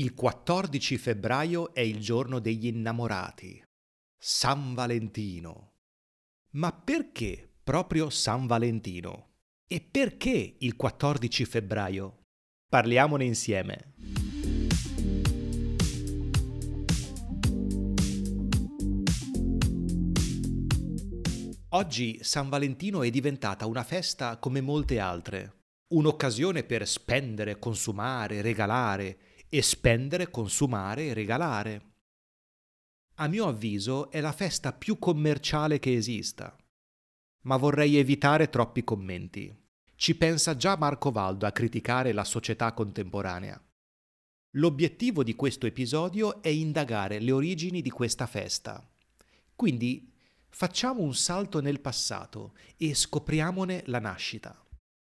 Il 14 febbraio è il giorno degli innamorati, San Valentino. Ma perché proprio San Valentino? E perché il 14 febbraio? Parliamone insieme. Oggi San Valentino è diventata una festa come molte altre, un'occasione per spendere, consumare, regalare e spendere, consumare e regalare. A mio avviso è la festa più commerciale che esista, ma vorrei evitare troppi commenti. Ci pensa già Marco Valdo a criticare la società contemporanea. L'obiettivo di questo episodio è indagare le origini di questa festa. Quindi facciamo un salto nel passato e scopriamone la nascita.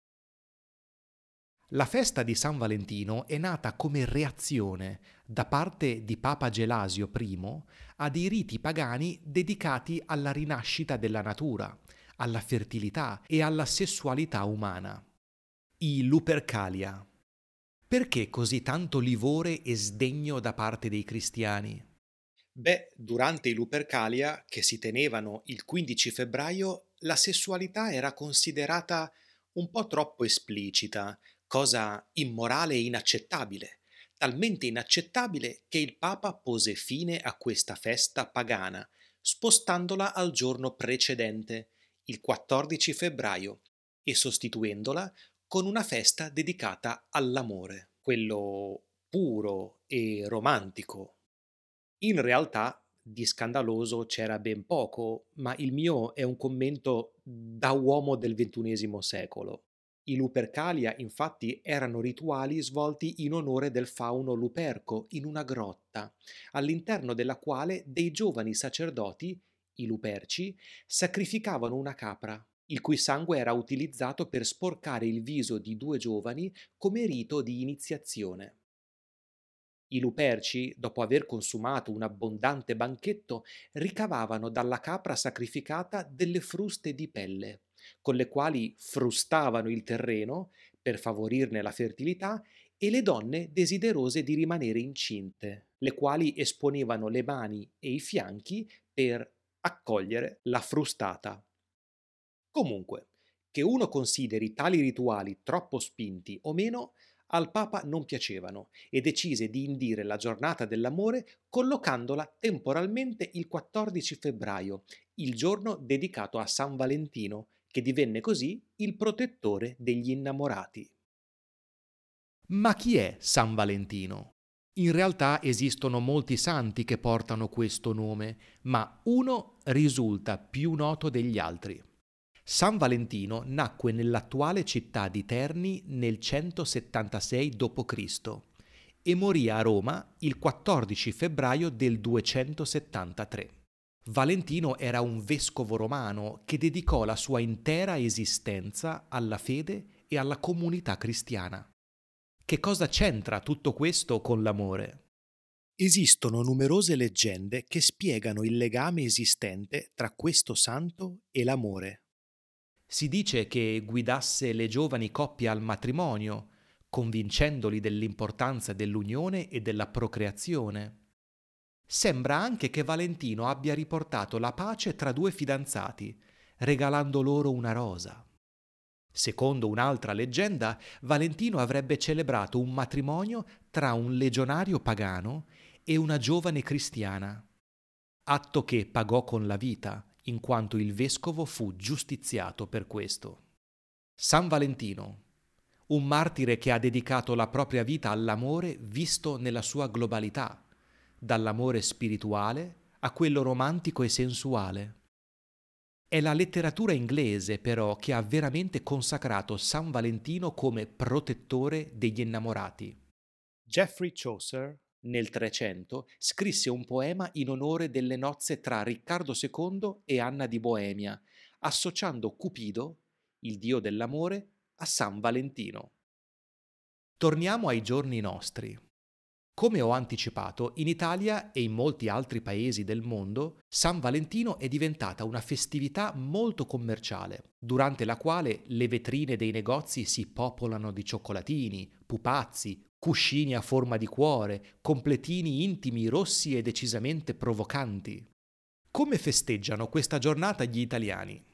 La festa di San Valentino è nata come reazione da parte di Papa Gelasio I a dei riti pagani dedicati alla rinascita della natura, alla fertilità e alla sessualità umana. I Lupercalia. Perché così tanto livore e sdegno da parte dei cristiani? Durante i Lupercalia, che si tenevano il 15 febbraio, la sessualità era considerata un po' troppo esplicita, cosa immorale e inaccettabile, talmente inaccettabile che il Papa pose fine a questa festa pagana, spostandola al giorno precedente, il 14 febbraio, e sostituendola con una festa dedicata all'amore, quello puro e romantico. In realtà di scandaloso c'era ben poco, ma il mio è un commento da uomo del XXI secolo. I Lupercalia infatti erano rituali svolti in onore del fauno Luperco in una grotta, all'interno della quale dei giovani sacerdoti, i Luperci, sacrificavano una capra, il cui sangue era utilizzato per sporcare il viso di due giovani come rito di iniziazione. I Luperci, dopo aver consumato un abbondante banchetto, ricavavano dalla capra sacrificata delle fruste di pelle, con le quali frustavano il terreno per favorirne la fertilità e le donne desiderose di rimanere incinte, le quali esponevano le mani e i fianchi per accogliere la frustata. Comunque, che uno consideri tali rituali troppo spinti o meno, al Papa non piacevano e decise di indire la giornata dell'amore collocandola temporalmente il 14 febbraio, il giorno dedicato a San Valentino, che divenne così il protettore degli innamorati. Ma chi è San Valentino? In realtà esistono molti santi che portano questo nome, ma uno risulta più noto degli altri. San Valentino nacque nell'attuale città di Terni nel 176 d.C. e morì a Roma il 14 febbraio del 273. Valentino era un vescovo romano che dedicò la sua intera esistenza alla fede e alla comunità cristiana. Che cosa c'entra tutto questo con l'amore? Esistono numerose leggende che spiegano il legame esistente tra questo santo e l'amore. Si dice che guidasse le giovani coppie al matrimonio, convincendoli dell'importanza dell'unione e della procreazione. Sembra anche che Valentino abbia riportato la pace tra due fidanzati, regalando loro una rosa. Secondo un'altra leggenda, Valentino avrebbe celebrato un matrimonio tra un legionario pagano e una giovane cristiana, atto che pagò con la vita, in quanto il vescovo fu giustiziato per questo. San Valentino, un martire che ha dedicato la propria vita all'amore visto nella sua globalità, dall'amore spirituale a quello romantico e sensuale. È la letteratura inglese, però, che ha veramente consacrato San Valentino come protettore degli innamorati. Geoffrey Chaucer, nel 300, scrisse un poema in onore delle nozze tra Riccardo II e Anna di Boemia, associando Cupido, il dio dell'amore, a San Valentino. Torniamo ai giorni nostri. Come ho anticipato, in Italia e in molti altri paesi del mondo, San Valentino è diventata una festività molto commerciale, durante la quale le vetrine dei negozi si popolano di cioccolatini, pupazzi, cuscini a forma di cuore, completini intimi rossi e decisamente provocanti. Come festeggiano questa giornata gli italiani?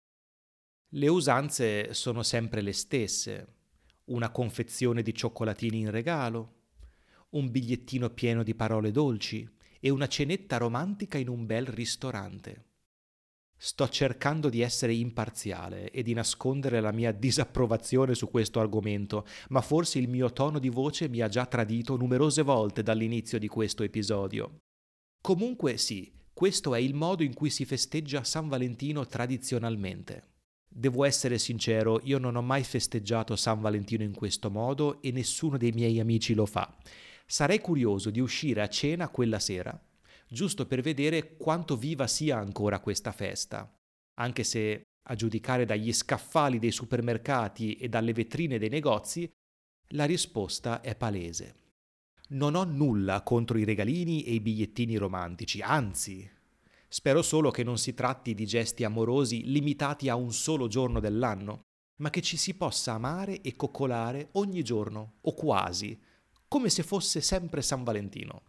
Le usanze sono sempre le stesse. Una confezione di cioccolatini in regalo, un bigliettino pieno di parole dolci e una cenetta romantica in un bel ristorante. Sto cercando di essere imparziale e di nascondere la mia disapprovazione su questo argomento, ma forse il mio tono di voce mi ha già tradito numerose volte dall'inizio di questo episodio. Comunque sì, questo è il modo in cui si festeggia San Valentino tradizionalmente. Devo essere sincero, io non ho mai festeggiato San Valentino in questo modo e nessuno dei miei amici lo fa. Sarei curioso di uscire a cena quella sera, giusto per vedere quanto viva sia ancora questa festa, anche se, a giudicare dagli scaffali dei supermercati e dalle vetrine dei negozi, la risposta è palese. Non ho nulla contro i regalini e i bigliettini romantici, anzi, spero solo che non si tratti di gesti amorosi limitati a un solo giorno dell'anno, ma che ci si possa amare e coccolare ogni giorno, o quasi, come se fosse sempre San Valentino.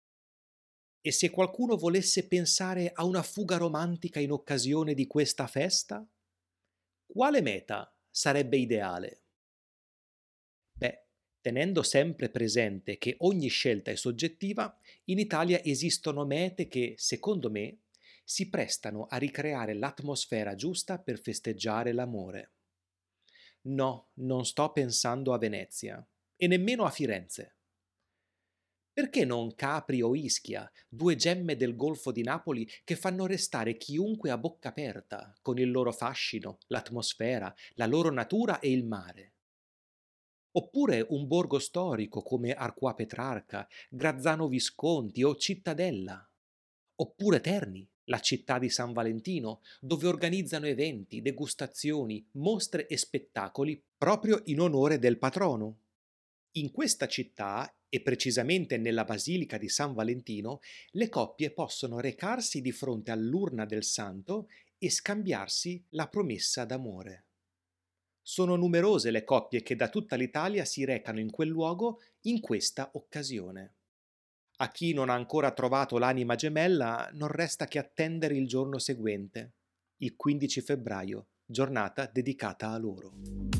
E se qualcuno volesse pensare a una fuga romantica in occasione di questa festa? Quale meta sarebbe ideale? Beh, tenendo sempre presente che ogni scelta è soggettiva, in Italia esistono mete che, secondo me, si prestano a ricreare l'atmosfera giusta per festeggiare l'amore. No, non sto pensando a Venezia e nemmeno a Firenze. Perché non Capri o Ischia, due gemme del Golfo di Napoli che fanno restare chiunque a bocca aperta con il loro fascino, l'atmosfera, la loro natura e il mare? Oppure un borgo storico come Arquà Petrarca, Grazzano Visconti o Cittadella? Oppure Terni, la città di San Valentino, dove organizzano eventi, degustazioni, mostre e spettacoli proprio in onore del patrono? In questa città, e precisamente nella Basilica di San Valentino, le coppie possono recarsi di fronte all'urna del santo e scambiarsi la promessa d'amore. Sono numerose le coppie che da tutta l'Italia si recano in quel luogo in questa occasione. A chi non ha ancora trovato l'anima gemella non resta che attendere il giorno seguente, il 15 febbraio, giornata dedicata a loro.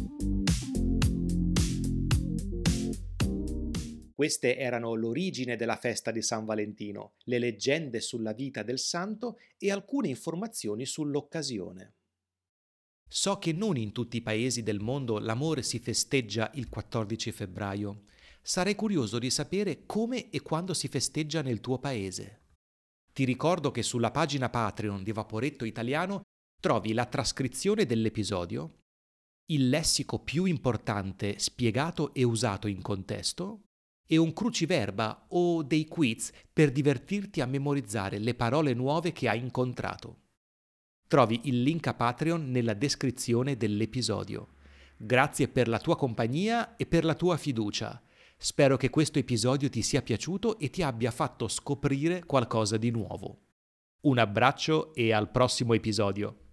Queste erano l'origine della festa di San Valentino, le leggende sulla vita del santo e alcune informazioni sull'occasione. So che non in tutti i paesi del mondo l'amore si festeggia il 14 febbraio. Sarei curioso di sapere come e quando si festeggia nel tuo paese. Ti ricordo che sulla pagina Patreon di Vaporetto Italiano trovi la trascrizione dell'episodio, il lessico più importante spiegato e usato in contesto, e un cruciverba o dei quiz per divertirti a memorizzare le parole nuove che hai incontrato. Trovi il link a Patreon nella descrizione dell'episodio. Grazie per la tua compagnia e per la tua fiducia. Spero che questo episodio ti sia piaciuto e ti abbia fatto scoprire qualcosa di nuovo. Un abbraccio e al prossimo episodio.